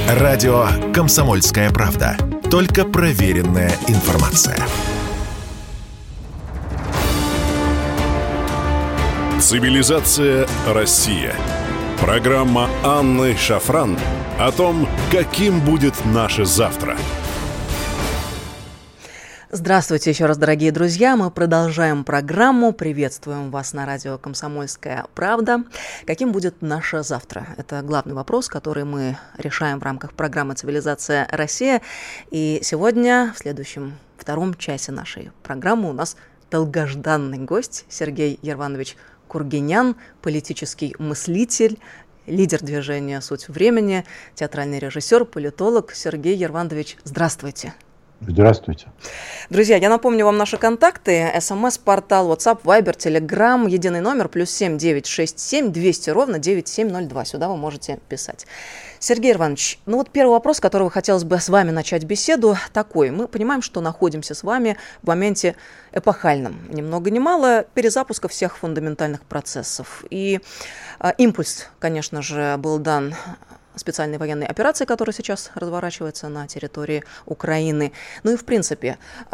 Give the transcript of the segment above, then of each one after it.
Радио «Комсомольская правда». Только проверенная информация. Цивилизация Россия. Программа Анны Шафран о том, каким будет наше завтра. Здравствуйте еще раз, дорогие друзья. Мы продолжаем программу. Приветствуем вас на радио «Комсомольская правда». Каким будет наше завтра? Это главный вопрос, который мы решаем в рамках программы «Цивилизация Россия». И сегодня, в следующем, втором часе нашей программы, у нас долгожданный гость Сергей Ерванович Кургинян, политический мыслитель, лидер движения «Суть времени», театральный режиссер, политолог. Сергей Ерванович, здравствуйте. Здравствуйте. Друзья, я напомню вам наши контакты. СМС-портал, WhatsApp, Viber, Telegram, единый номер, +7 967 200 9702. Сюда вы можете писать. Сергей Иванович, первый вопрос, с которого хотелось бы с вами начать беседу, такой. Мы понимаем, что находимся с вами в моменте эпохальном. Ни много ни мало перезапуска всех фундаментальных процессов. И импульс, конечно же, был дан специальной военной операции, которая сейчас разворачивается на территории Украины. Ну и в принципе,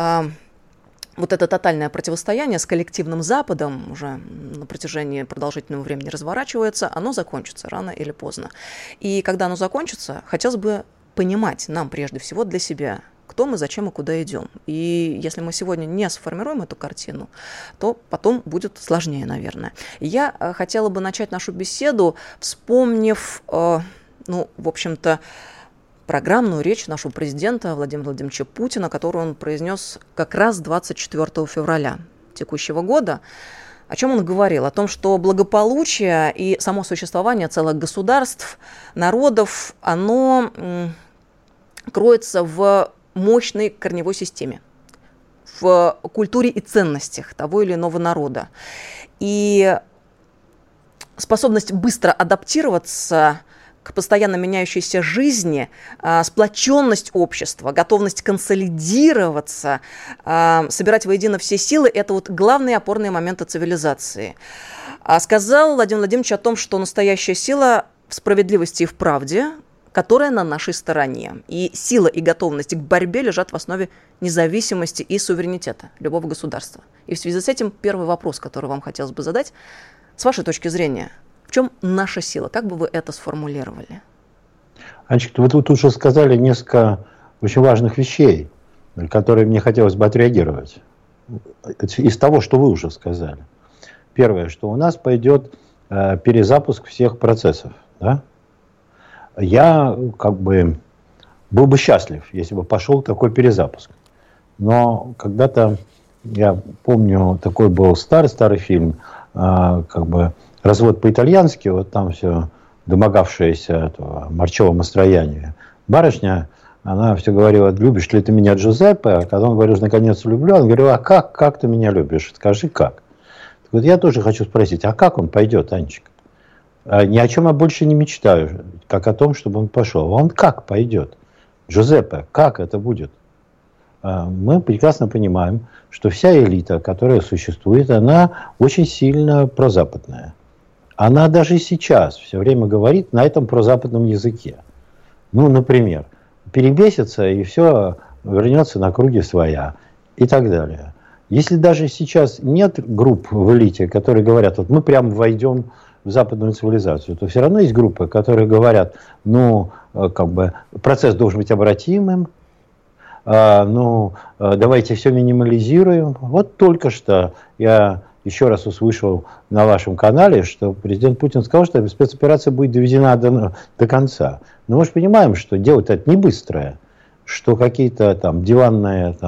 вот это тотальное противостояние с коллективным Западом уже на протяжении продолжительного времени разворачивается, оно закончится рано или поздно. И когда оно закончится, хотелось бы понимать нам прежде всего для себя, кто мы, зачем и куда идем. И если мы сегодня не сформируем эту картину, то потом будет сложнее, наверное. Я хотела бы начать нашу беседу, вспомнив в общем-то, программную речь нашего президента Владимира Владимировича Путина, которую он произнес как раз 24 февраля текущего года. О чем он говорил? О том, что благополучие и само существование целых государств, народов, оно кроется в мощной корневой системе, в культуре и ценностях того или иного народа. И способность быстро адаптироваться к постоянно меняющейся жизни, сплоченность общества, готовность консолидироваться, собирать воедино все силы – это вот главные опорные моменты цивилизации. Сказал Владимир Владимирович о том, что настоящая сила в справедливости и в правде, которая на нашей стороне. И сила и готовность к борьбе лежат в основе независимости и суверенитета любого государства. И в связи с этим первый вопрос, который вам хотелось бы задать, с вашей точки зрения – в чем наша сила? Как бы вы это сформулировали? Анечка, вы тут уже сказали несколько очень важных вещей, на которые мне хотелось бы отреагировать. Из того, что вы уже сказали. Первое, что у нас пойдет перезапуск всех процессов. Да? Я был бы счастлив, если бы пошел такой перезапуск. Но когда-то, я помню, такой был старый фильм, «Развод по-итальянски», вот там все домогавшееся этого морчевого настроения. Барышня, она все говорила: любишь ли ты меня, Джузеппе? А когда он говорил, наконец люблю, он говорил: а как ты меня любишь? Скажи, как? Так вот я тоже хочу спросить, а как он пойдет, Анечка? Ни о чем я больше не мечтаю, как о том, чтобы он пошел. Он как пойдет? Джузеппе, как это будет? Мы прекрасно понимаем, что вся элита, которая существует, она очень сильно прозападная. Она даже и сейчас все время говорит на этом прозападном языке. Например, перебесится и все вернется на круги своя и так далее. Если даже сейчас нет групп в элите, которые говорят, вот мы прямо войдем в западную цивилизацию, то все равно есть группы, которые говорят, процесс должен быть обратимым, давайте все минимализируем. Вот только что я еще раз услышал на вашем канале, что президент Путин сказал, что спецоперация будет доведена до конца. Но мы же понимаем, что дело-то это не быстрое, что какие-то там диванные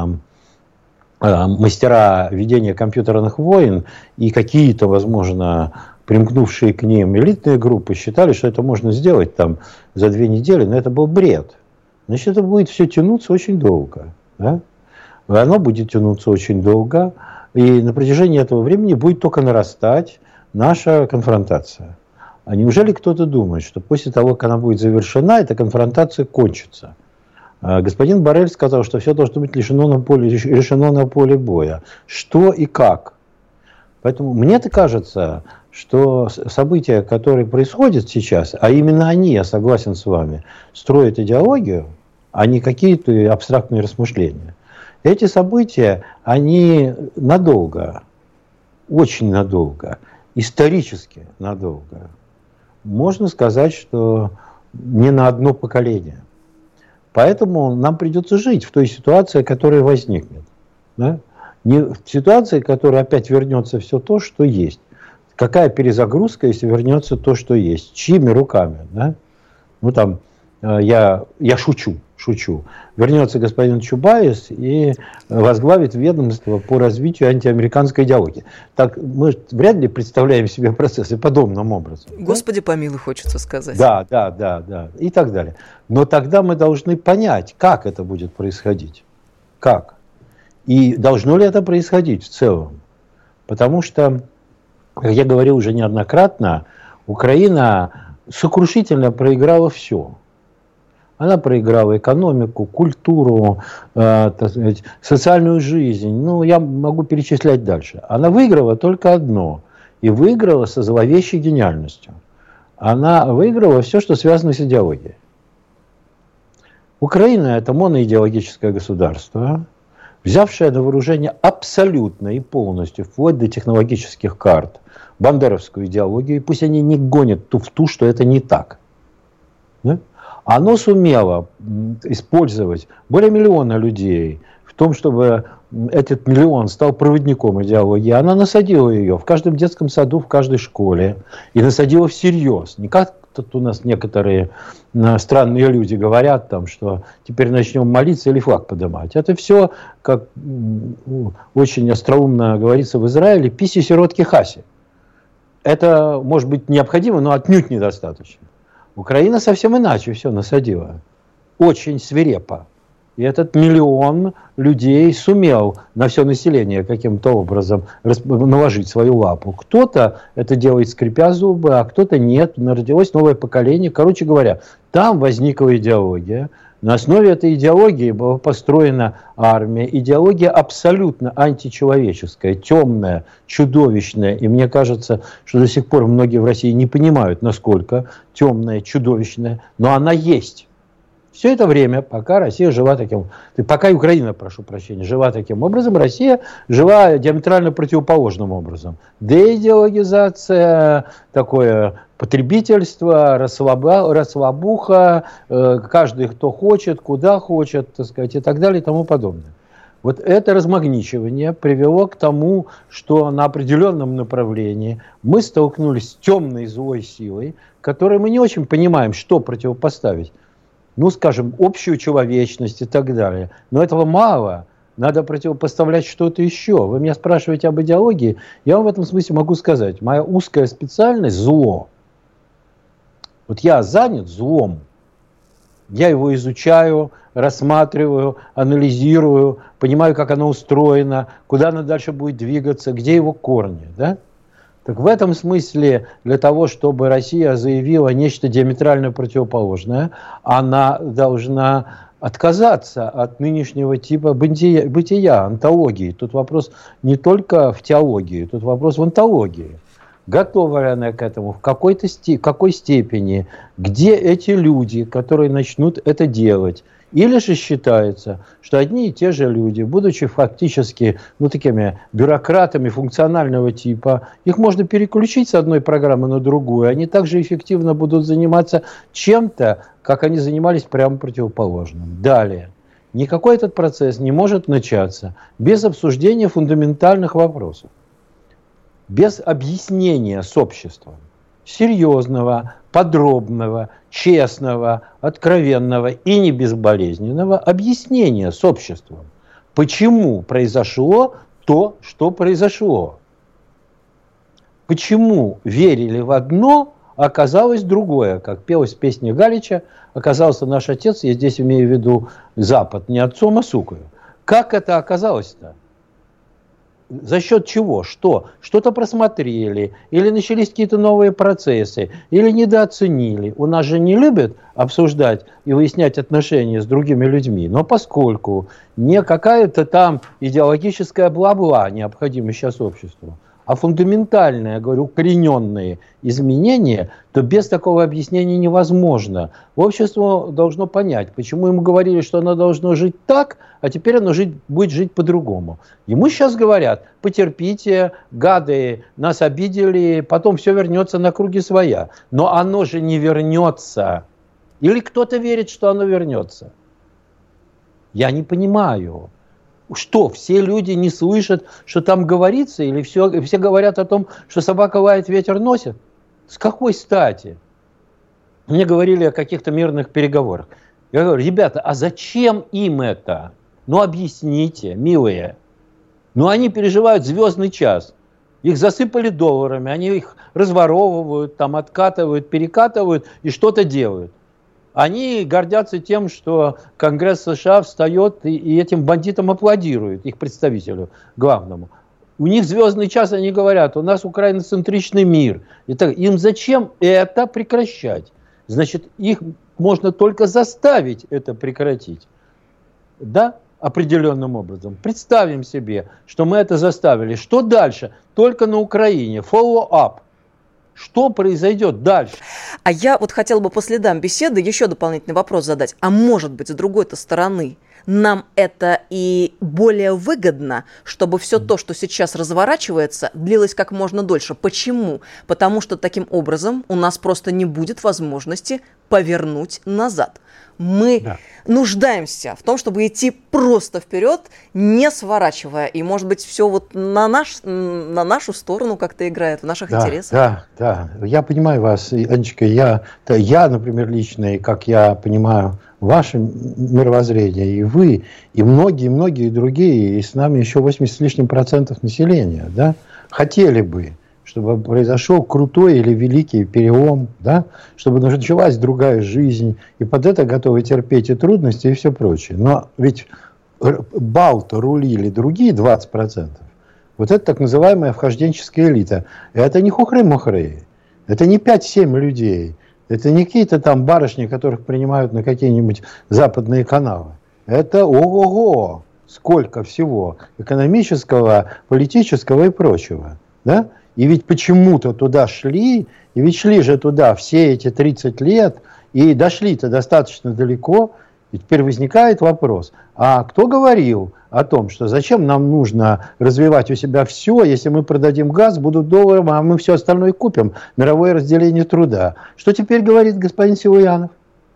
мастера ведения компьютерных войн и какие-то, возможно, примкнувшие к ним элитные группы считали, что это можно сделать там за 2 недели, но это был бред. Значит, это будет все тянуться очень долго. Да? Оно будет тянуться очень долго. И на протяжении этого времени будет только нарастать наша конфронтация. А неужели кто-то думает, что после того, как она будет завершена, эта конфронтация кончится? Господин Боррель сказал, что все должно быть решено на поле боя. Что и как? Поэтому мне-то кажется, что события, которые происходят сейчас, а именно они, я согласен с вами, строят идеологию, а не какие-то абстрактные размышления. Эти события, они надолго, очень надолго, исторически надолго. Можно сказать, что не на одно поколение. Поэтому нам придется жить в той ситуации, которая возникнет. Да? Не в ситуации, которая опять вернется все то, что есть. Какая перезагрузка, если вернется то, что есть? Чьими руками? Да? Ну там, я шучу. Вернется господин Чубайс и возглавит ведомство по развитию антиамериканской идеологии. Так мы вряд ли представляем себе процессы подобным образом. Господи помилуй, хочется сказать. Да. И так далее. Но тогда мы должны понять, как это будет происходить. Как? И должно ли это происходить в целом? Потому что, как я говорил уже неоднократно, Украина сокрушительно проиграла все. Она проиграла экономику, культуру, так сказать, социальную жизнь. Ну, я могу перечислять дальше. Она выиграла только одно. И выиграла со зловещей гениальностью. Она выиграла все, что связано с идеологией. Украина – это моноидеологическое государство, взявшее на вооружение абсолютно и полностью, вплоть до технологических карт, бандеровскую идеологию. И пусть они не гонят в ту, что это не так. Да? Оно сумело использовать более миллиона людей в том, чтобы этот миллион стал проводником идеологии. Она насадила ее в каждом детском саду, в каждой школе. И насадила всерьез. Не как тут у нас некоторые странные люди говорят, там, что теперь начнем молиться или флаг поднимать. Это все, как очень остроумно говорится в Израиле, писи сиротки хаси. Это может быть необходимо, но отнюдь недостаточно. Украина совсем иначе все насадила. Очень свирепо. И этот миллион людей сумел на все население каким-то образом наложить свою лапу. Кто-то это делает скрипя зубы, а кто-то нет. Родилось новое поколение. Короче говоря, там возникла идеология. На основе этой идеологии была построена армия. Идеология абсолютно античеловеческая, темная, чудовищная. И мне кажется, что до сих пор многие в России не понимают, насколько темная, чудовищная. Но она есть. Все это время, пока Россия жила таким... Пока Украина, прошу прощения, жила таким образом, Россия жила диаметрально противоположным образом. Деидеологизация, такое потребительство, расслабуха, каждый кто хочет, куда хочет, так сказать, и так далее и тому подобное. Вот это размагничивание привело к тому, что на определенном направлении мы столкнулись с темной злой силой, которой мы не очень понимаем, что противопоставить. Ну, скажем, общую человечность и так далее. Но этого мало. Надо противопоставлять что-то еще. Вы меня спрашиваете об идеологии. Я вам в этом смысле могу сказать. Моя узкая специальность – зло. Вот я занят злом. Я его изучаю, рассматриваю, анализирую, понимаю, как оно устроено, куда оно дальше будет двигаться, где его корни. Да? Так в этом смысле, для того, чтобы Россия заявила нечто диаметрально противоположное, она должна отказаться от нынешнего типа бытия, онтологии. Тут вопрос не только в теологии, тут вопрос в онтологии. Готова ли она к этому, в какой степени, где эти люди, которые начнут это делать. Или же считается, что одни и те же люди, будучи фактически такими бюрократами функционального типа, их можно переключить с одной программы на другую, они также эффективно будут заниматься чем-то, как они занимались прямо противоположным. Далее. Никакой этот процесс не может начаться без обсуждения фундаментальных вопросов, без объяснения с обществом. Серьезного, подробного, честного, откровенного и не безболезненного объяснения с обществом. Почему произошло то, что произошло? Почему верили в одно, а оказалось другое? Как пелось в песне Галича, оказался наш отец, я здесь имею в виду Запад, не отцом, а сукою. Как это оказалось-то? За счет чего? Что? Что-то просмотрели, или начались какие-то новые процессы, или недооценили. У нас же не любят обсуждать и выяснять отношения с другими людьми. Но поскольку не какая-то там идеологическая бла-бла необходима сейчас обществу, а фундаментальные, я говорю, укорененные изменения, то без такого объяснения невозможно. Общество должно понять, почему ему говорили, что оно должно жить так, а теперь оно будет жить по-другому. Ему сейчас говорят: потерпите, гады нас обидели, потом все вернется на круги своя. Но оно же не вернется. Или кто-то верит, что оно вернется? Я не понимаю. Что, все люди не слышат, что там говорится, или все говорят о том, что собака лает, ветер носит? С какой стати? Мне говорили о каких-то мирных переговорах. Я говорю: ребята, а зачем им это? Ну, объясните, милые. Ну, они переживают звездный час. Их засыпали долларами, они их разворовывают, там, откатывают, перекатывают и что-то делают. Они гордятся тем, что Конгресс США встает и этим бандитам аплодирует, их представителю главному. У них звездный час, они говорят: у нас украиноцентричный мир. Итак, им зачем это прекращать? Значит, их можно только заставить это прекратить. Да, определенным образом. Представим себе, что мы это заставили. Что дальше? Только на Украине. Follow-up. Что произойдет дальше? А я вот хотела бы по следам беседы еще дополнительный вопрос задать. А может быть, с другой-то стороны, нам это и более выгодно, чтобы все то, что сейчас разворачивается, длилось как можно дольше. Почему? Потому что таким образом у нас просто не будет возможности повернуть назад. Мы нуждаемся в том, чтобы идти просто вперед, не сворачивая. И, может быть, все вот на нашу сторону как-то играет, в наших интересах. Да. Я понимаю вас, Анечка. Я, например, лично, и как я понимаю ваше мировоззрение, и вы, и многие другие, и с нами еще 80 с лишним процентов населения, да, хотели бы, чтобы произошел крутой или великий перелом, да, чтобы началась другая жизнь, и под это готовы терпеть и трудности, и все прочее. Но ведь бал-то рулили другие 20%. Вот это так называемая вхожденческая элита. Это не хухры-мухры, это не 5-7 людей, это не какие-то там барышни, которых принимают на какие-нибудь западные каналы. Это ого-го, сколько всего экономического, политического и прочего, да? И ведь почему-то туда шли, и ведь шли же туда все эти 30 лет, и дошли-то достаточно далеко, и теперь возникает вопрос, а кто говорил о том, что зачем нам нужно развивать у себя все, если мы продадим газ, будут доллары, а мы все остальное купим, мировое разделение труда. Что теперь говорит господин Силуянов?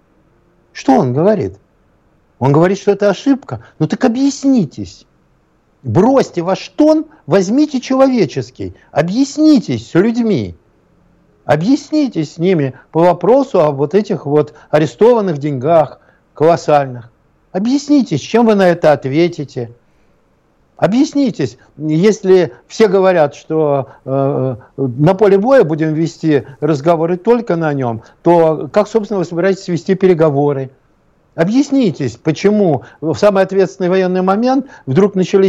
Что он говорит? Он говорит, что это ошибка. Ну так объяснитесь. Бросьте ваш тон, возьмите человеческий, объяснитесь с людьми, объяснитесь с ними по вопросу о вот этих вот арестованных деньгах колоссальных. Объяснитесь, чем вы на это ответите. Объяснитесь, если все говорят, что на поле боя будем вести разговоры только на нем, то как, собственно, вы собираетесь вести переговоры? Объяснитесь, почему в самый ответственный военный момент вдруг начали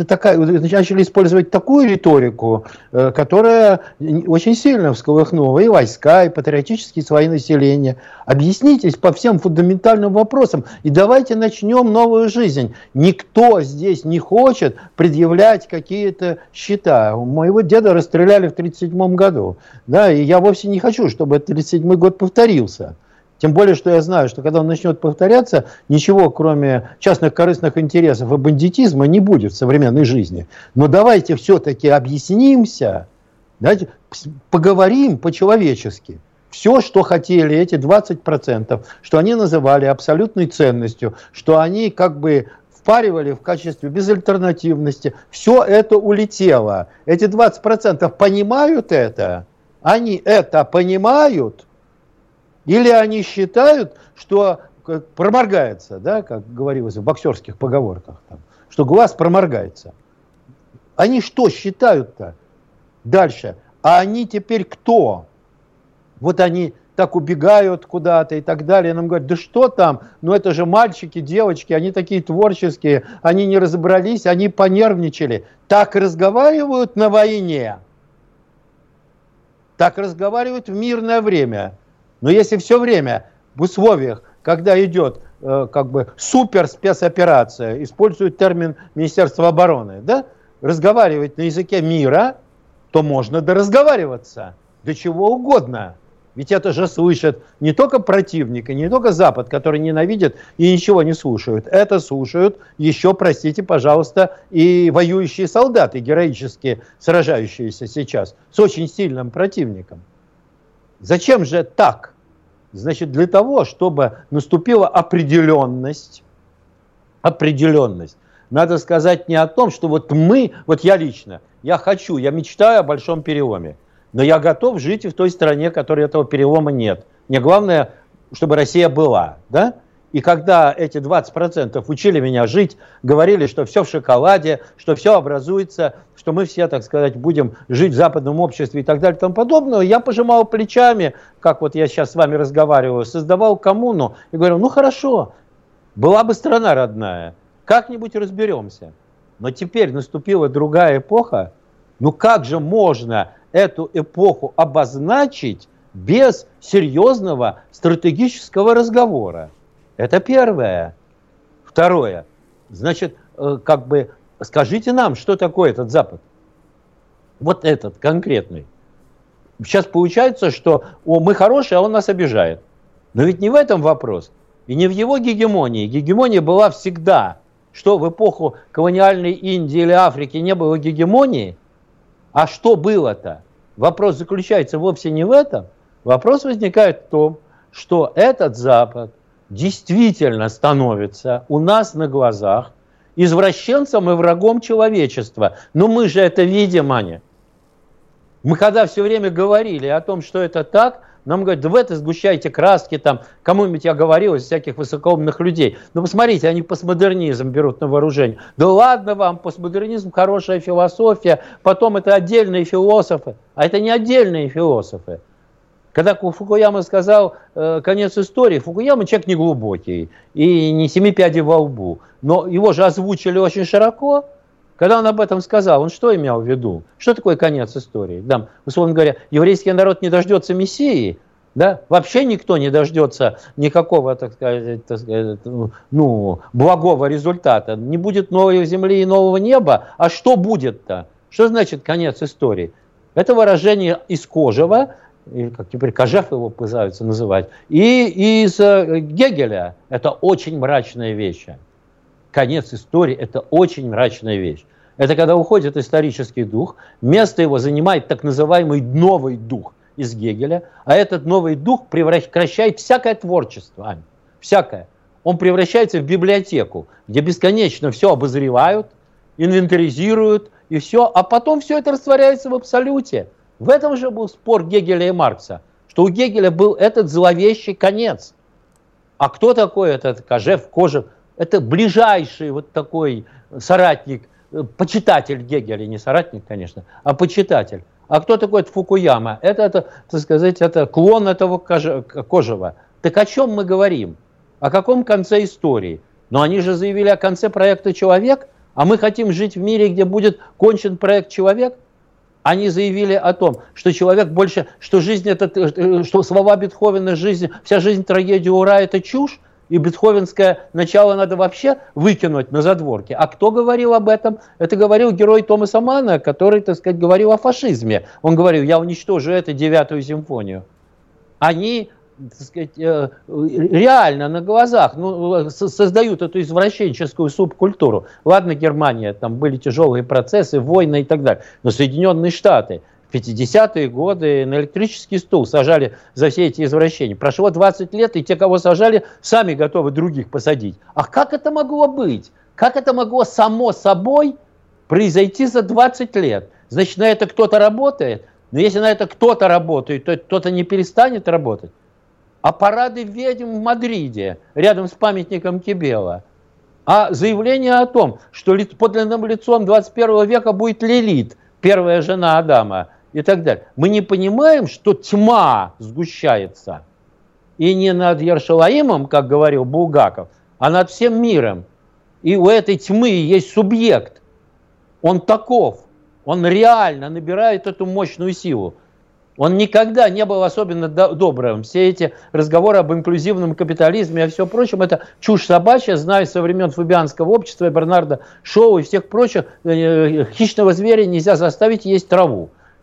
использовать такую риторику, которая очень сильно всколыхнула и войска, и патриотические слои населения. Объяснитесь по всем фундаментальным вопросам, и давайте начнем новую жизнь. Никто здесь не хочет предъявлять какие-то счета. Моего деда расстреляли в 1937 году, да, и я вовсе не хочу, чтобы этот 1937 год повторился. Тем более, что я знаю, что когда он начнет повторяться, ничего, кроме частных корыстных интересов и бандитизма, не будет в современной жизни. Но давайте все-таки объяснимся, давайте поговорим по-человечески. Все, что хотели эти 20%, что они называли абсолютной ценностью, что они как бы впаривали в качестве безальтернативности, все это улетело. Эти 20% понимают это? Они это понимают? Или они считают, что проморгается, да, как говорилось в боксерских поговорках, там, что глаз проморгается. Они что считают-то дальше? А они теперь кто? Вот они так убегают куда-то и так далее. И нам говорят, да что там, ну это же мальчики, девочки, они такие творческие, они не разобрались, они понервничали. Так разговаривают на войне. Так разговаривают в мирное время. Но если все время в условиях, когда идет как бы суперспецоперация, используют термин Министерства обороны, да, разговаривать на языке мира, то можно доразговариваться до чего угодно. Ведь это же слышат не только противник, и не только Запад, который ненавидит и ничего не слушают. Это слушают еще, простите, пожалуйста, и воюющие солдаты, героически сражающиеся сейчас с очень сильным противником. Зачем же так? Значит, для того, чтобы наступила определенность, надо сказать не о том, что вот мы, вот я лично, я мечтаю о большом переломе. Но я готов жить и в той стране, в которой этого перелома нет. Мне главное, чтобы Россия была. Да? И когда эти 20% учили меня жить, говорили, что все в шоколаде, что все образуется, что мы все, так сказать, будем жить в западном обществе и так далее и тому подобное, я пожимал плечами, как вот я сейчас с вами разговариваю, создавал коммуну и говорил, ну хорошо, была бы страна родная, как-нибудь разберемся. Но теперь наступила другая эпоха. Ну как же можно эту эпоху обозначить без серьезного стратегического разговора? Это первое. Второе. Значит, скажите нам, что такое этот Запад? Вот этот конкретный. Сейчас получается, что мы хорошие, а он нас обижает. Но ведь не в этом вопрос. И не в его гегемонии. Гегемония была всегда. Что в эпоху колониальной Индии или Африки не было гегемонии? А что было-то? Вопрос заключается вовсе не в этом. Вопрос возникает в том, что этот Запад действительно становится у нас на глазах извращенцем и врагом человечества. Но мы же это видим, Аня. Мы когда все время говорили о том, что это так, нам говорят, да вы это сгущаете краски, там, кому-нибудь я говорил из всяких высокоумных людей. Ну, посмотрите, они постмодернизм берут на вооружение. Да ладно вам, постмодернизм, хорошая философия, потом это отдельные философы. А это не отдельные философы. Когда Фукуяма сказал конец истории, Фукуяма человек неглубокий и не семи пядей во лбу. Но его же озвучили очень широко. Когда он об этом сказал, он что имел в виду? Что такое конец истории? Да, условно говоря, еврейский народ не дождется Мессии, да? Вообще никто не дождется никакого, так сказать, благого результата. Не будет новой земли и нового неба. А что будет-то? Что значит конец истории? Это выражение из Кожева, или как теперь Кожев его пытаются называть, и из Гегеля. Это очень мрачная вещь. Конец истории – это очень мрачная вещь. Это когда уходит исторический дух, место его занимает так называемый новый дух из Гегеля, а этот новый дух прекращает всякое творчество, Ань, всякое. Он превращается в библиотеку, где бесконечно все обозревают, инвентаризируют и все, а потом все это растворяется в абсолюте. В этом же был спор Гегеля и Маркса, что у Гегеля был этот зловещий конец. А кто такой этот Кожев? Это ближайший вот такой соратник, почитатель Гегеля, не соратник, конечно, а почитатель. А кто такой этот Фукуяма? Это, так сказать, это клон этого Кожева. Так о чем мы говорим? О каком конце истории? Но они же заявили о конце проекта «Человек», а мы хотим жить в мире, где будет кончен проект «Человек». Они заявили о том, что человек больше, что жизнь это, что слова Бетховена, жизнь, вся жизнь трагедия ура, это чушь. И бетховенское начало надо вообще выкинуть на задворки. А кто говорил об этом? Это говорил герой Томаса Манна, который, так сказать, говорил о фашизме. Он говорил, я уничтожу эту 9-ю симфонию. Они, так сказать, реально на глазах создают эту извращенческую субкультуру. Ладно, Германия, там были тяжелые процессы, войны и так далее. Но Соединенные Штаты в 50-е годы на электрический стул сажали за все эти извращения. Прошло 20 лет, и те, кого сажали, сами готовы других посадить. А как это могло быть? Как это могло само собой произойти за 20 лет? Значит, на это кто-то работает? Но если на это кто-то работает, то кто-то не перестанет работать. А парады ведьм в Мадриде, рядом с памятником Кибела. А заявление о том, что подлинным лицом 21 века будет Лилит, первая жена Адама, и так далее. Мы не понимаем, что тьма сгущается. И не над Ершалаимом, как говорил Булгаков, а над всем миром. И у этой тьмы есть субъект. Он таков. Он реально набирает эту мощную силу. Он никогда не был особенно добрым. Все эти разговоры об инклюзивном капитализме и все прочем, это чушь собачья, знаю со времен фабианского общества, Бернарда Шоу и всех прочих. Хищного зверя нельзя заставить есть траву.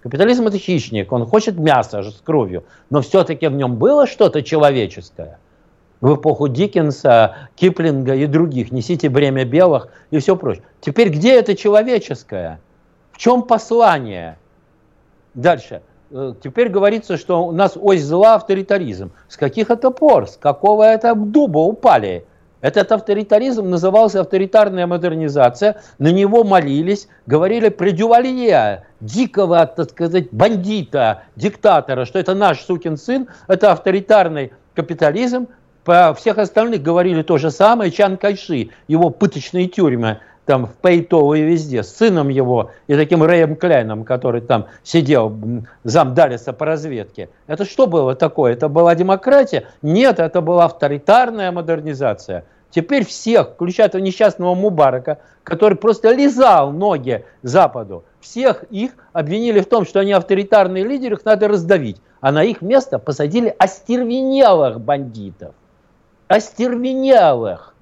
Капитализм – это хищник, он хочет мяса с кровью, но все-таки в нем было что-то человеческое. В эпоху Диккенса, Киплинга и других. «Несите бремя белых» и все прочее. Теперь где это человеческое? В чем послание? Дальше. Теперь говорится, что у нас ось зла авторитаризм. С каких это пор? С какого это дуба упали? Этот авторитаризм назывался авторитарная модернизация. На него молились, говорили при Дювалье, дикого, так сказать, бандита, диктатора, что это наш сукин сын, это авторитарный капитализм. По всех остальных говорили то же самое. Чан Кайши, его пыточные тюрьмы, там в Пэйто и везде, с сыном его и таким Рэем Кляйном, который там сидел, зам Даллеса по разведке. Это что было такое? Это была демократия? Нет, это была авторитарная модернизация. Теперь всех, включая этого несчастного Мубарака, который просто лизал ноги Западу, всех их обвинили в том, что они авторитарные лидеры, их надо раздавить. А на их место посадили остервенелых бандитов. Остервенелых.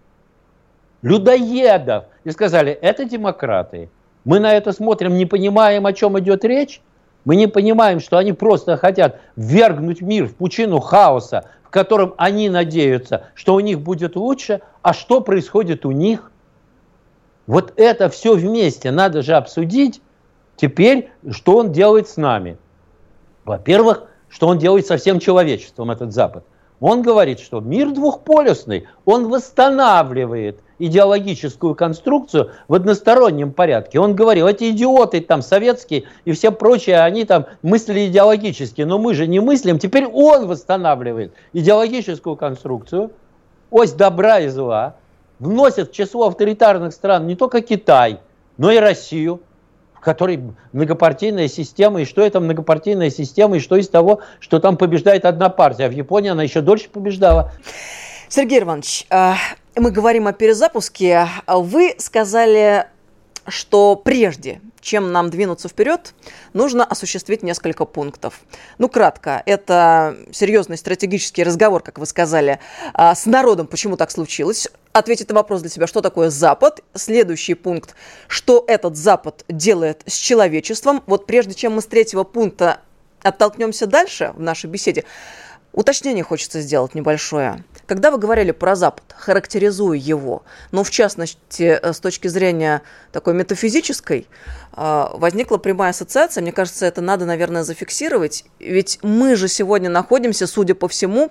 Людоедов. И сказали, это демократы. Мы на это смотрим, не понимаем, о чем идет речь. Мы не понимаем, что они просто хотят ввергнуть мир в пучину хаоса, в котором они надеются, что у них будет лучше, а что происходит у них. Вот это все вместе надо же обсудить. Теперь, что он делает с нами. Во-первых, что он делает со всем человечеством, этот Запад. Он говорит, что мир двухполюсный, он восстанавливает идеологическую конструкцию в одностороннем порядке. Он говорил, эти идиоты там советские и все прочие, они там мыслили идеологически, но мы же не мыслим. Теперь он восстанавливает идеологическую конструкцию, ось добра и зла, вносит в число авторитарных стран не только Китай, но и Россию, в которой многопартийная система, и что это многопартийная система, и что из того, что там побеждает одна партия, а в Японии она еще дольше побеждала. Сергей Иванович, мы говорим о перезапуске. Вы сказали, что прежде чем нам двинуться вперед, нужно осуществить несколько пунктов. Ну, кратко, это серьезный стратегический разговор, как вы сказали, с народом, почему так случилось. Ответить на вопрос для себя, что такое Запад. Следующий пункт, что этот Запад делает с человечеством. Вот прежде чем мы с третьего пункта оттолкнемся дальше в нашей беседе, уточнение хочется сделать небольшое. Когда вы говорили про Запад, характеризуя его, но в частности с точки зрения такой метафизической, возникла прямая ассоциация, мне кажется, это надо, наверное, зафиксировать, ведь мы же сегодня находимся, судя по всему,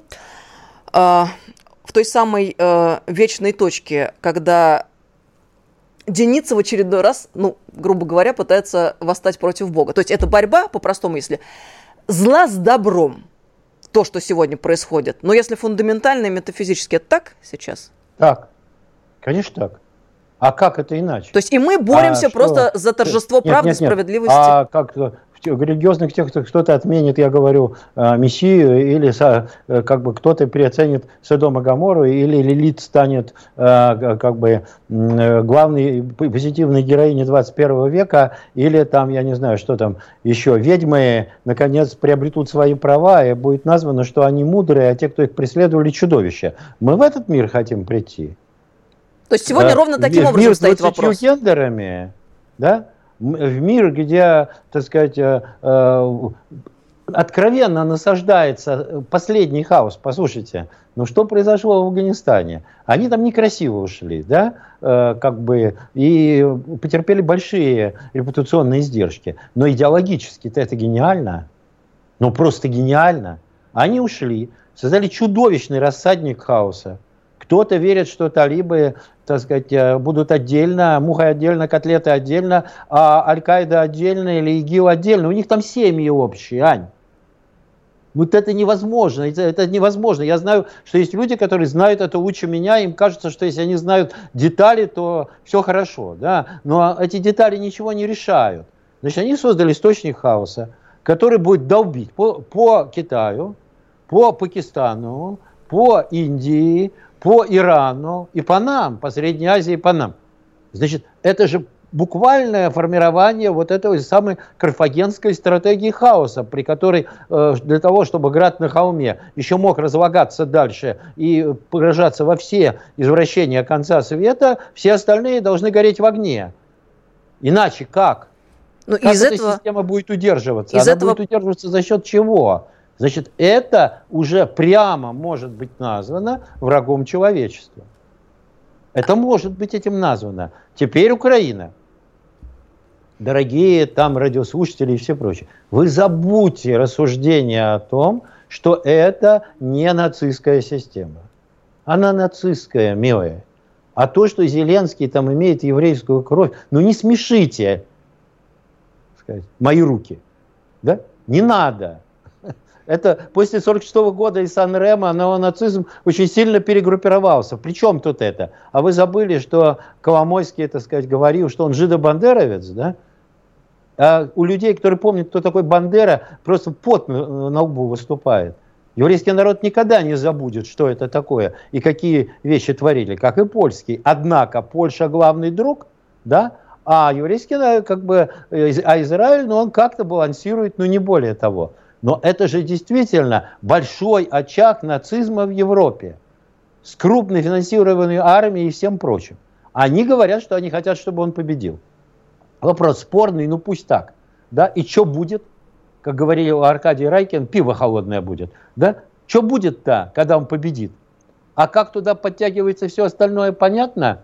в той самой вечной точке, когда Деницын в очередной раз, ну, грубо говоря, пытается восстать против Бога. То есть это борьба, по-простому, если зла с добром. То, что сегодня происходит. Но если фундаментально и метафизически, это так сейчас? Так. Конечно так. А как это иначе? То есть и мы боремся просто за торжество правды, справедливости? А как в религиозных текстах кто-то отменит, я говорю, Мессию, или как бы кто-то переоценит Содом и Гоморру, или Лилит станет как бы главной позитивной героиней 21 века, или там, я не знаю, что там еще, ведьмы наконец приобретут свои права, и будет названо, что они мудрые, а те, кто их преследовали, чудовища. Мы в этот мир хотим прийти. То есть сегодня ровно таким образом стоит вопрос. Мир с 20 гендерами, да? В мир, где, так сказать, откровенно насаждается последний хаос. Послушайте, ну что произошло в Афганистане? Они там некрасиво ушли, да, как бы, и потерпели большие репутационные издержки. Но идеологически-то это гениально, ну просто гениально. Они ушли, создали чудовищный рассадник хаоса. Кто-то верит, что талибы, так сказать, будут отдельно, муха отдельно, котлеты отдельно, а Аль-Каида отдельно или ИГИЛ отдельно. У них там семьи общие, Ань. Вот это невозможно, это невозможно. Я знаю, что есть люди, которые знают это лучше меня, им кажется, что если они знают детали, то все хорошо, да? Но эти детали ничего не решают. Значит, они создали источник хаоса, который будет долбить по Китаю, по Пакистану, по Индии, по Ирану и по нам, по Средней Азии и по нам. Значит, это же буквальное формирование вот этой самой карфагенской стратегии хаоса, при которой для того, чтобы град на холме еще мог разлагаться дальше и погружаться во все извращения конца света, все остальные должны гореть в огне. Иначе как? Как эта система будет удерживаться? Она будет удерживаться за счет чего? Значит, это уже прямо может быть названо врагом человечества. Это может быть этим названо. Теперь Украина. Дорогие там радиослушатели и все прочее, вы забудьте рассуждения о том, что это не нацистская система. Она нацистская, милая. А то, что Зеленский там имеет еврейскую кровь, ну не смешите, сказать, мои руки. Да? Не надо. Это после 1946 года из Сан-Ремо нацизм очень сильно перегруппировался. Причем тут это? А вы забыли, что Коломойский, так сказать, говорил, что он жидобандеровец, да? А у людей, которые помнят, кто такой Бандера, просто пот на лбу выступает. Еврейский народ никогда не забудет, что это такое и какие вещи творили, как и польский. Однако Польша главный друг, да? А еврейский народ, как бы, а Израиль, ну, он как-то балансирует, но не более того. Но это же действительно большой очаг нацизма в Европе с крупной финансированной армией и всем прочим. Они говорят, что они хотят, чтобы он победил. Вопрос спорный, ну пусть так. Да? И что будет? Как говорил Аркадий Райкин, пиво холодное будет. Да? Что будет-то, когда он победит? А как туда подтягивается все остальное, понятно?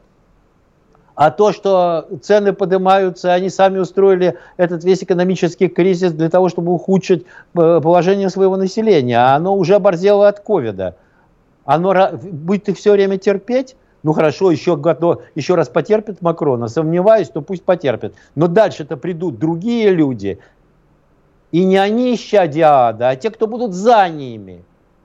А то, что цены поднимаются, они сами устроили этот весь экономический кризис для того, чтобы ухудшить положение своего населения. А оно уже оборзело от ковида. Оно будет их все время терпеть? Ну хорошо, еще раз потерпит Макрона. Сомневаюсь, то пусть потерпит. Но дальше-то придут другие люди. И не они исчадия ада, а те, кто будут за ними.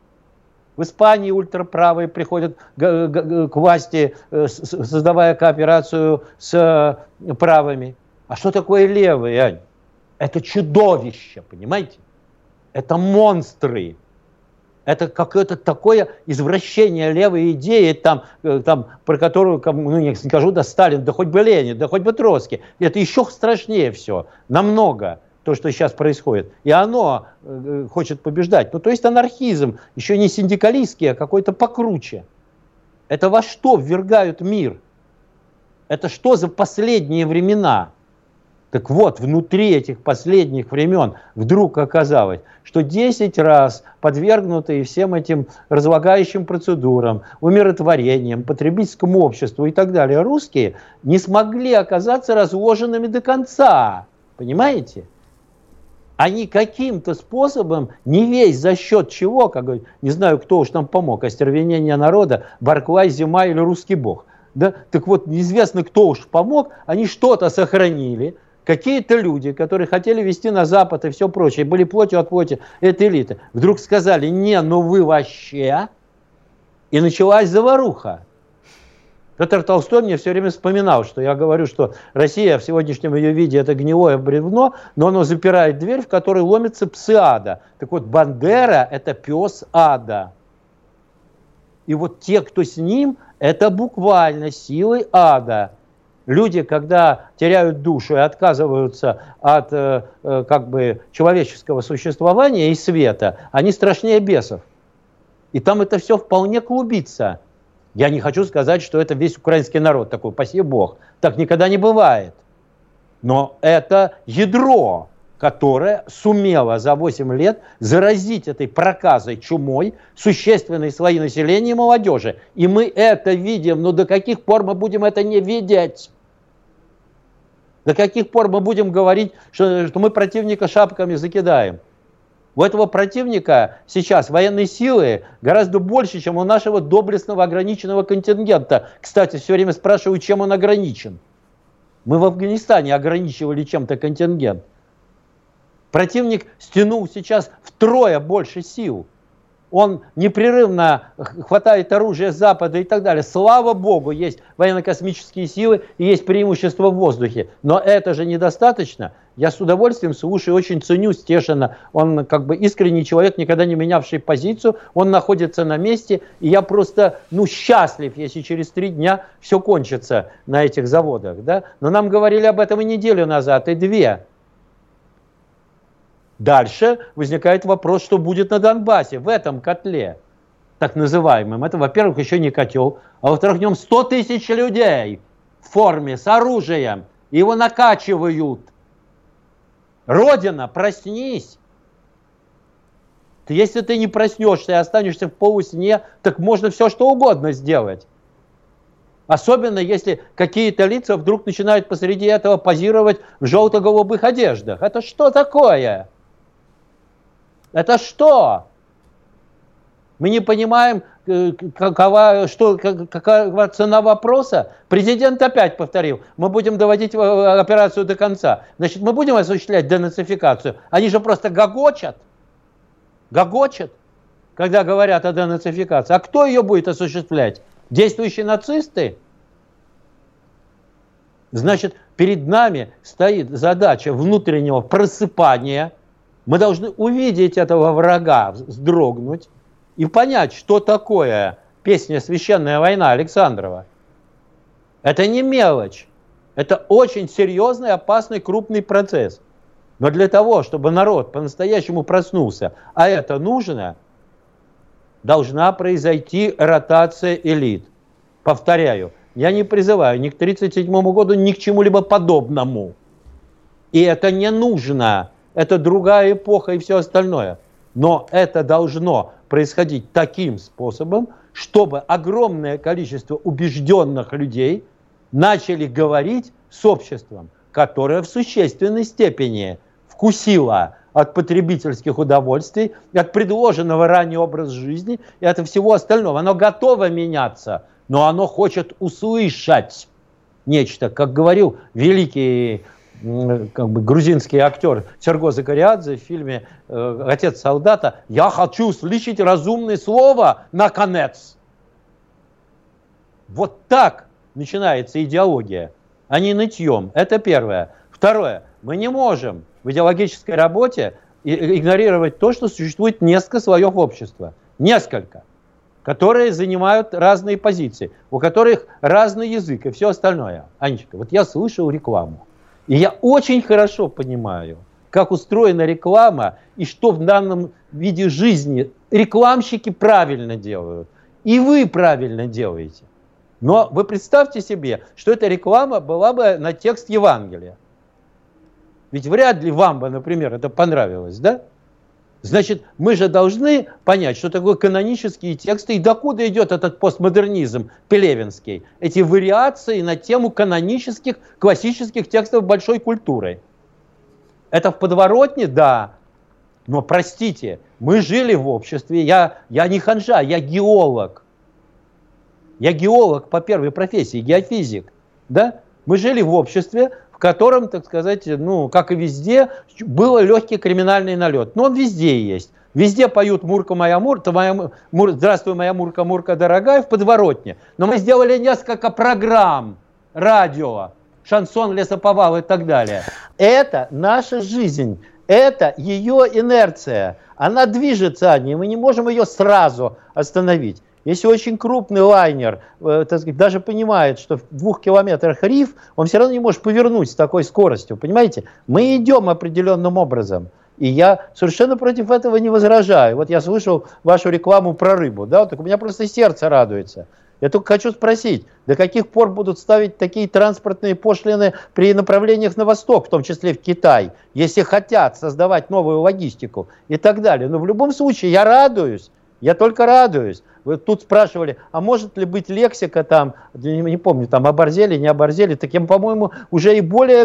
В Испании ультраправые приходят к власти, создавая кооперацию с правыми. А что такое левые, Ань? Это чудовище, понимаете? Это монстры. Это какое-то такое извращение левой идеи, там, про которую, ну, не скажу, да Сталин, да хоть бы Ленин, да хоть бы Троцкий. Это еще страшнее все, намного. То, что сейчас происходит. И оно хочет побеждать. Ну, то есть анархизм, еще не синдикалистский, а какой-то покруче. Это во что ввергают мир? Это что за последние времена? Так вот, внутри этих последних времен вдруг оказалось, что 10 раз подвергнутые всем этим разлагающим процедурам, умиротворениям, потребительскому обществу и так далее, русские не смогли оказаться разложенными до конца. Понимаете? Они каким-то способом, не весь за счет чего, как говорят, не знаю, кто уж нам помог, остервенение народа, Барклай, зима или русский бог. Да? Так вот, неизвестно, кто уж помог, они что-то сохранили. Какие-то люди, которые хотели вести на Запад и все прочее, были плотью от плоти этой элиты, вдруг сказали, не, ну вы вообще. И началась заваруха. Петр Толстой мне все время вспоминал, что я говорю, что Россия в сегодняшнем ее виде это гнилое бревно, но оно запирает дверь, в которой ломятся псы ада. Так вот, Бандера это пес ада. И вот те, кто с ним, это буквально силы ада. Люди, когда теряют душу и отказываются от как бы человеческого существования и света, они страшнее бесов. И там это все вполне клубится. Я не хочу сказать, что это весь украинский народ такой, упаси Бог. Так никогда не бывает. Но это ядро, которое сумело за 8 лет заразить этой проказой, чумой существенные слои населения и молодежи. И мы это видим, но до каких пор мы будем это не видеть? До каких пор мы будем говорить, что мы противника шапками закидаем? У этого противника сейчас военные силы гораздо больше, чем у нашего доблестного ограниченного контингента. Кстати, все время спрашиваю, чем он ограничен. Мы в Афганистане ограничивали чем-то контингент. Противник стянул сейчас втрое больше сил. Он непрерывно хватает оружие с Запада и так далее. Слава Богу, есть военно-космические силы и есть преимущество в воздухе. Но это же недостаточно. Я с удовольствием слушаю, очень ценю Стешина. Он как бы искренний человек, никогда не менявший позицию. Он находится на месте. И я просто счастлив, если через 3 дня все кончится на этих заводах. Да? Но нам говорили об этом и неделю назад, и 2. Дальше возникает вопрос, что будет на Донбассе, в этом котле, так называемом. Это, во-первых, еще не котел, а во-вторых, в нем 100 тысяч людей в форме, с оружием. И его накачивают. Родина, проснись! Если ты не проснешься и останешься в полусне, так можно все что угодно сделать. Особенно, если какие-то лица вдруг начинают посреди этого позировать в желто-голубых одеждах. Это что такое? Это что? Мы не понимаем, какова цена вопроса. Президент опять повторил, мы будем доводить операцию до конца. Значит, мы будем осуществлять денацификацию. Они же просто гогочат, когда говорят о денацификации. А кто ее будет осуществлять? Действующие нацисты? Значит, перед нами стоит задача внутреннего просыпания. Мы должны увидеть этого врага, вздрогнуть и понять, что такое песня «Священная война» Александрова. Это не мелочь. Это очень серьезный, опасный, крупный процесс. Но для того, чтобы народ по-настоящему проснулся, а это нужно, должна произойти ротация элит. Повторяю, я не призываю ни к 1937 году, ни к чему-либо подобному. И это не нужно. Это другая эпоха и все остальное. Но это должно происходить таким способом, чтобы огромное количество убежденных людей начали говорить с обществом, которое в существенной степени вкусило от потребительских удовольствий, от предложенного ранее образа жизни и от всего остального. Оно готово меняться, но оно хочет услышать нечто. Как говорил великий грузинский актер Серго Закариадзе в фильме «Отец солдата», «Я хочу услышать разумное слово, наконец». Вот так начинается идеология, а не нытьем. Это первое. Второе. Мы не можем в идеологической работе игнорировать то, что существует несколько слоев общества. Несколько. Которые занимают разные позиции, у которых разный язык и все остальное. Анечка, вот я слышал рекламу. И я очень хорошо понимаю, как устроена реклама и что в данном виде жизни рекламщики правильно делают. И вы правильно делаете. Но вы представьте себе, что эта реклама была бы на текст Евангелия. Ведь вряд ли вам бы, например, это понравилось, да? Значит, мы же должны понять, что такое канонические тексты и докуда идет этот постмодернизм пелевинский. Эти вариации на тему канонических, классических текстов большой культуры. Это в подворотне? Да. Но, простите, мы жили в обществе, я не ханжа, я геолог. Я геолог по первой профессии, геофизик. Да? Мы жили в обществе, в котором, так сказать, как и везде, был легкий криминальный налет. Но он везде есть. Везде поют «Мурка моя Мурка», «Здравствуй, моя Мурка, Мурка дорогая» в подворотне. Но мы сделали несколько программ, радио, шансон, лесоповал и так далее. Это наша жизнь. Это ее инерция. Она движется, мы не можем ее сразу остановить. Если очень крупный лайнер, так сказать, даже понимает, что в 2 километрах риф, он все равно не может повернуть с такой скоростью. Понимаете? Мы идем определенным образом. И я совершенно против этого не возражаю. Вот я слышал вашу рекламу про рыбу. Да? Так у меня просто сердце радуется. Я только хочу спросить, до каких пор будут ставить такие транспортные пошлины при направлениях на восток, в том числе в Китай, если хотят создавать новую логистику и так далее. Но в любом случае я радуюсь. Я только радуюсь. Вы тут спрашивали, а может ли быть лексика там, не помню, там оборзели, не оборзели. Так, по-моему, уже и более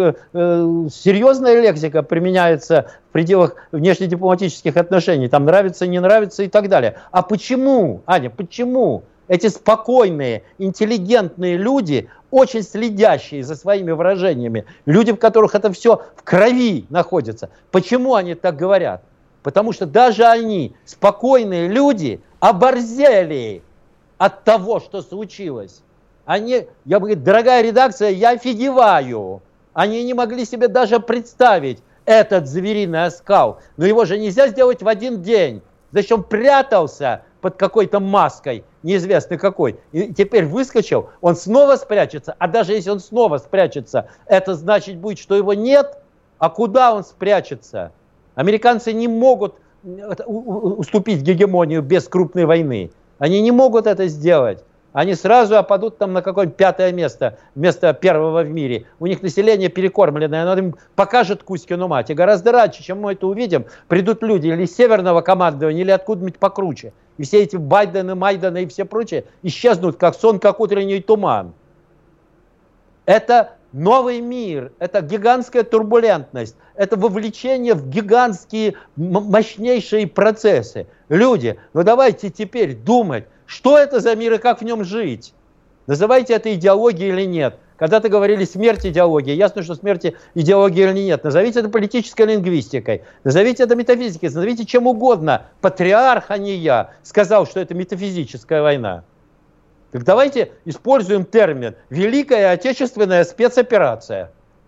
серьезная лексика применяется в пределах внешнедипломатических отношений. Там нравится, не нравится и так далее. А почему, Аня, почему эти спокойные, интеллигентные люди, очень следящие за своими выражениями, люди, в которых это все в крови находится, почему они так говорят? Потому что даже они, спокойные люди, оборзели от того, что случилось. Я говорю, дорогая редакция, я офигеваю. Они не могли себе даже представить этот звериный оскал. Но его же нельзя сделать в один день. Зачем прятался под какой-то маской, неизвестно какой, и теперь выскочил, он снова спрячется. А даже если он снова спрячется, это значит будет, что его нет. А куда он спрячется? Американцы не могут уступить гегемонию без крупной войны. Они не могут это сделать. они сразу опадут там на какое-нибудь 5-е место, вместо 1-го в мире. У них население перекормленное, оно им покажет Кузькину мать. И гораздо раньше, чем мы это увидим, придут люди или из северного командования, или откуда-нибудь покруче. И все эти Байдены, Майданы и все прочее исчезнут, как сон, как утренний туман. Это новый мир, это гигантская турбулентность, это вовлечение в гигантские, мощнейшие процессы. Люди, ну давайте теперь думать, что это за мир и как в нем жить. Называйте это идеологией или нет. Когда-то говорили смерть идеологии, ясно, что смерти идеологии или нет. Назовите это политической лингвистикой, назовите это метафизикой, назовите чем угодно. Патриарх, а не я, сказал, что это метафизическая война. Так давайте используем термин «Великая Отечественная спецоперация».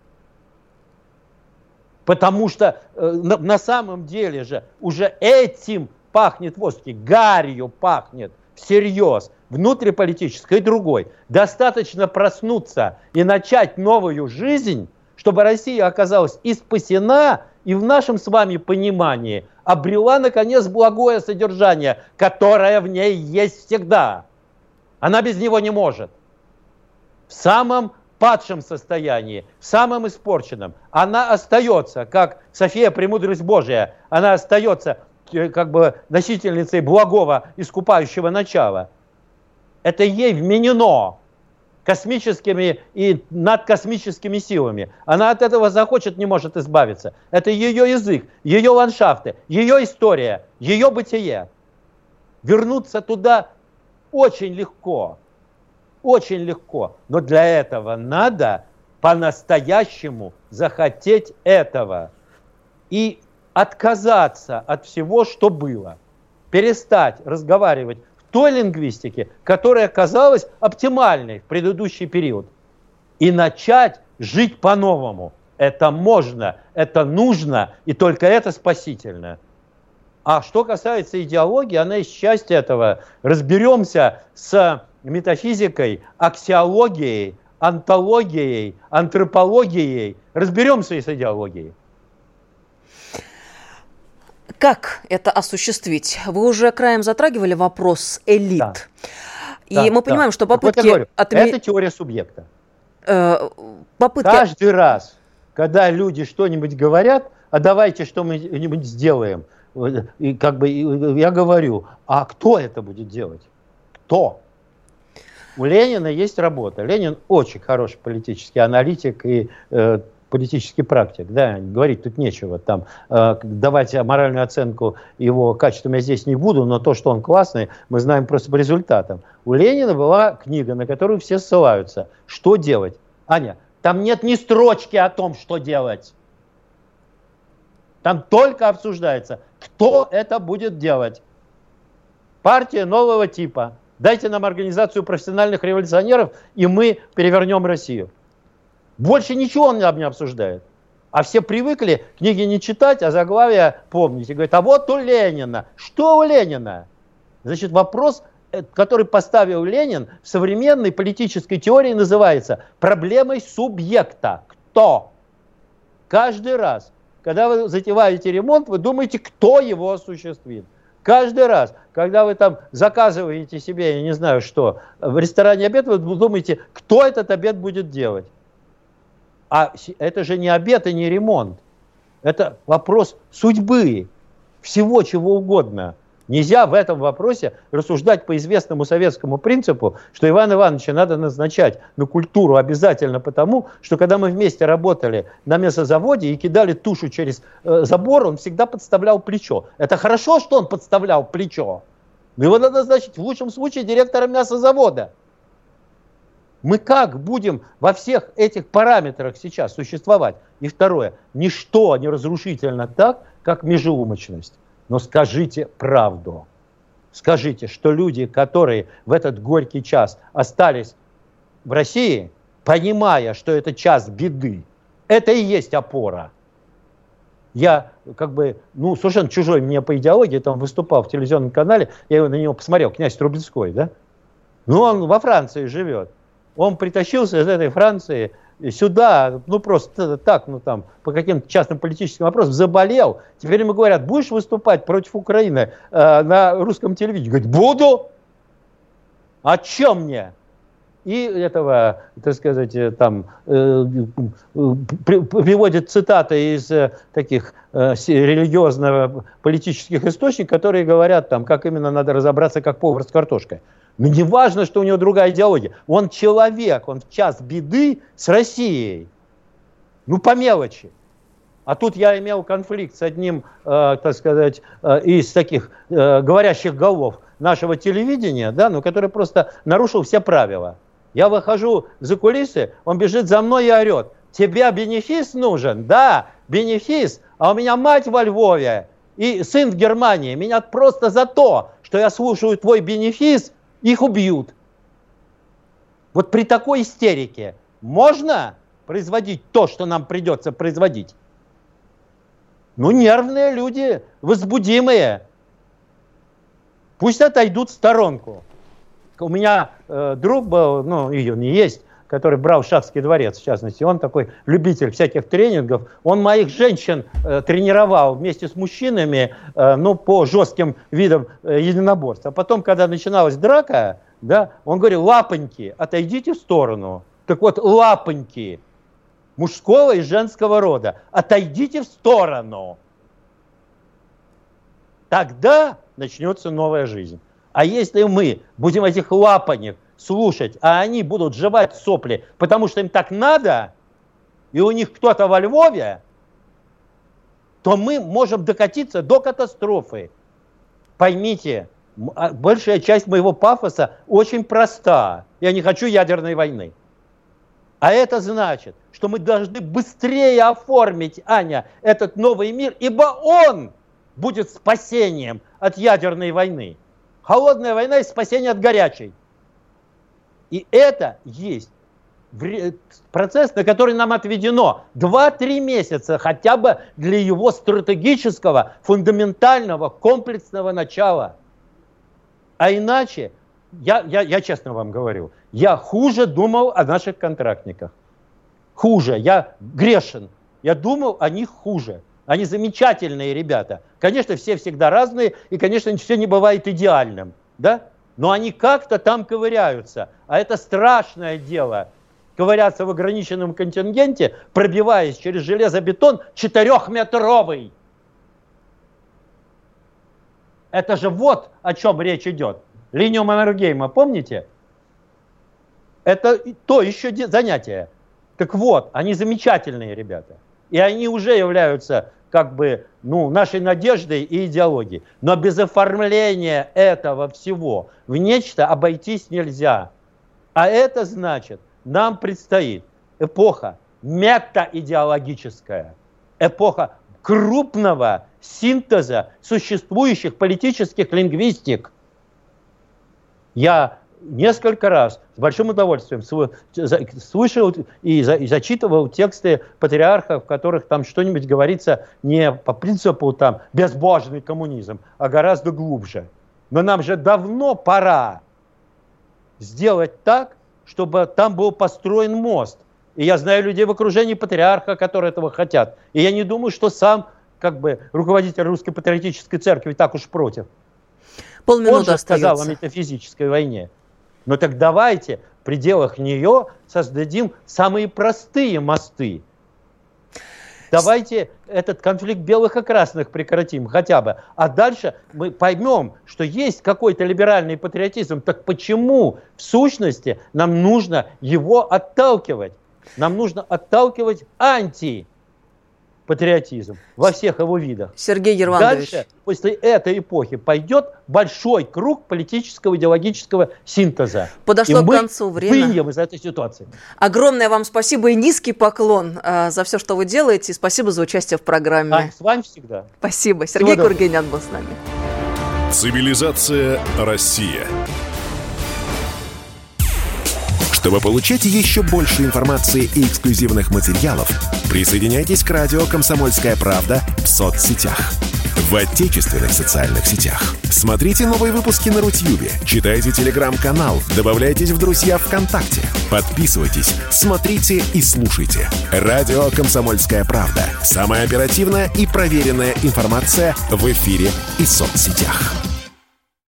Потому что на самом деле же уже этим пахнет воздух, гарью пахнет всерьез, внутриполитической и другой. Достаточно проснуться и начать новую жизнь, чтобы Россия оказалась и спасена, и в нашем с вами понимании обрела, наконец, благое содержание, которое в ней есть всегда. Она без него не может. В самом падшем состоянии, в самом испорченном, она остается, как София Премудрость Божия, она остается как бы носительницей благого искупающего начала. Это ей вменено космическими и надкосмическими силами. Она от этого захочет, не может избавиться. Это ее язык, ее ландшафты, ее история, ее бытие. Вернуться туда очень легко, но для этого надо по-настоящему захотеть этого и отказаться от всего, что было, перестать разговаривать в той лингвистике, которая казалась оптимальной в предыдущий период, и начать жить по-новому. Это можно, это нужно, и только это спасительно. А что касается идеологии, она из части этого. Разберемся с метафизикой, аксиологией, онтологией, антропологией. Разберемся и с идеологией. Как это осуществить? Вы уже краем затрагивали вопрос элит. Да. И мы понимаем, что попытки... Вот это теория субъекта. Каждый раз, когда люди что-нибудь говорят, а давайте что-нибудь сделаем, и как бы я говорю, а кто это будет делать? Кто? У Ленина есть работа. Ленин очень хороший политический аналитик и политический практик. Да, говорить тут нечего. Там, давать моральную оценку его качествам я здесь не буду, но то, что он классный, мы знаем просто по результатам. У Ленина была книга, на которую все ссылаются. Что делать? Аня, там нет ни строчки о том, что делать. Там только обсуждается, кто это будет делать. Партия нового типа. Дайте нам организацию профессиональных революционеров, и мы перевернем Россию. Больше ничего он не обсуждает. А все привыкли книги не читать, а заглавия помнить. И говорят, а вот у Ленина. Что у Ленина? Значит, вопрос, который поставил Ленин в современной политической теории, называется проблемой субъекта. Кто? Каждый раз, когда вы затеваете ремонт, вы думаете, кто его осуществит. Каждый раз, когда вы там заказываете себе, я не знаю что, в ресторане обед, вы думаете, кто этот обед будет делать. А это же не обед и не ремонт. Это вопрос судьбы, всего чего угодно. Нельзя в этом вопросе рассуждать по известному советскому принципу, что Ивана Ивановича надо назначать на культуру обязательно потому, что когда мы вместе работали на мясозаводе и кидали тушу через забор, он всегда подставлял плечо. Это хорошо, что он подставлял плечо, но его надо назначить в лучшем случае директором мясозавода. Мы как будем во всех этих параметрах сейчас существовать? И второе, ничто не разрушительно так, как межеумочность. Но скажите правду. Скажите, что люди, которые в этот горький час остались в России, понимая, что это час беды, это и есть опора. Я как бы, совершенно чужой мне по идеологии, там выступал в телевизионном канале, я на него посмотрел, князь Трубецкой, да? Он во Франции живет. Он притащился из этой Франции сюда, просто так, по каким-то частным политическим вопросам, заболел. Теперь ему говорят, будешь выступать против Украины на русском телевидении? Говорит, буду. О чем мне? И этого, так сказать, там приводит цитаты из таких религиозно-политических источников, которые говорят, там, как именно надо разобраться, как повар с картошкой. Но не важно, что у него другая идеология. Он человек, он в час беды с Россией. Ну, по мелочи. А тут я имел конфликт с одним, так сказать, из таких говорящих голов нашего телевидения, да, ну, который просто нарушил все правила. Я выхожу за кулисы, он бежит за мной и орет: тебе бенефис нужен? Да, бенефис. А у меня мать во Львове и сын в Германии. Меня просто за то, что я слушаю твой бенефис, их убьют. Вот при такой истерике можно производить то, что нам придется производить? Ну, нервные люди, возбудимые. Пусть отойдут в сторонку. У меня друг был, ну, и он и есть, который брал Шацкий дворец, в частности. Он такой любитель всяких тренингов. Он моих женщин тренировал вместе с мужчинами, ну, по жестким видам единоборств. А потом, когда начиналась драка, да, он говорил: лапоньки, отойдите в сторону. Так вот, лапоньки мужского и женского рода, отойдите в сторону. Тогда начнется новая жизнь. А если мы будем этих лапонек слушать, а они будут жевать сопли, потому что им так надо, и у них кто-то во Львове, то мы можем докатиться до катастрофы. Поймите, большая часть моего пафоса очень проста. Я не хочу ядерной войны. А это значит, что мы должны быстрее оформить, Аня, этот новый мир, ибо он будет спасением от ядерной войны. Холодная война и спасение от горячей. И это есть процесс, на который нам отведено 2-3 месяца хотя бы для его стратегического, фундаментального, комплексного начала. А иначе, я честно вам говорю, я хуже думал о наших контрактниках. Хуже, я грешен. Я думал о них хуже. Они замечательные ребята. Конечно, все всегда разные, и, конечно, все не бывает идеальным, да? Но они как-то там ковыряются. А это страшное дело. Ковыряться в ограниченном контингенте, пробиваясь через железобетон 4-метровый. Это же вот о чем речь идет. Линию Маннергейма, помните? Это то еще занятие. Так вот, они замечательные ребята. И они уже являются как бы, ну, нашей надеждой и идеологией. Но без оформления этого всего в нечто обойтись нельзя. А это значит, нам предстоит эпоха метаидеологическая, эпоха крупного синтеза существующих политических лингвистик. Я несколько раз с большим удовольствием слышал и зачитывал тексты патриархов, в которых там что-нибудь говорится не по принципу там безбожный коммунизм, а гораздо глубже. Но нам же давно пора сделать так, чтобы там был построен мост. И я знаю людей в окружении патриарха, которые этого хотят. И я не думаю, что сам как бы руководитель Русской патриотической церкви так уж против. Полминуты Он же остается. сказал о метафизической войне. Но так давайте в пределах нее создадим самые простые мосты. Давайте этот конфликт белых и красных прекратим хотя бы. А дальше мы поймем, что есть какой-то либеральный патриотизм. Так почему в сущности нам нужно его отталкивать? Нам нужно отталкивать антипатриотизм во всех его видах. Сергей Ервандович. Дальше, после этой эпохи, пойдет большой круг политического идеологического синтеза. Подошло к концу время. Выйдем из этой ситуации. Огромное вам спасибо и низкий поклон за все, что вы делаете. И спасибо за участие в программе. С вами всегда. Спасибо. Сергей Кургинян был с нами. Цивилизация Россия. Чтобы получать еще больше информации и эксклюзивных материалов, присоединяйтесь к радио «Комсомольская правда» в соцсетях. В отечественных социальных сетях. Смотрите новые выпуски на Рутьюбе, читайте телеграм-канал, добавляйтесь в друзья ВКонтакте, подписывайтесь, смотрите и слушайте. Радио «Комсомольская правда». Самая оперативная и проверенная информация в эфире и соцсетях.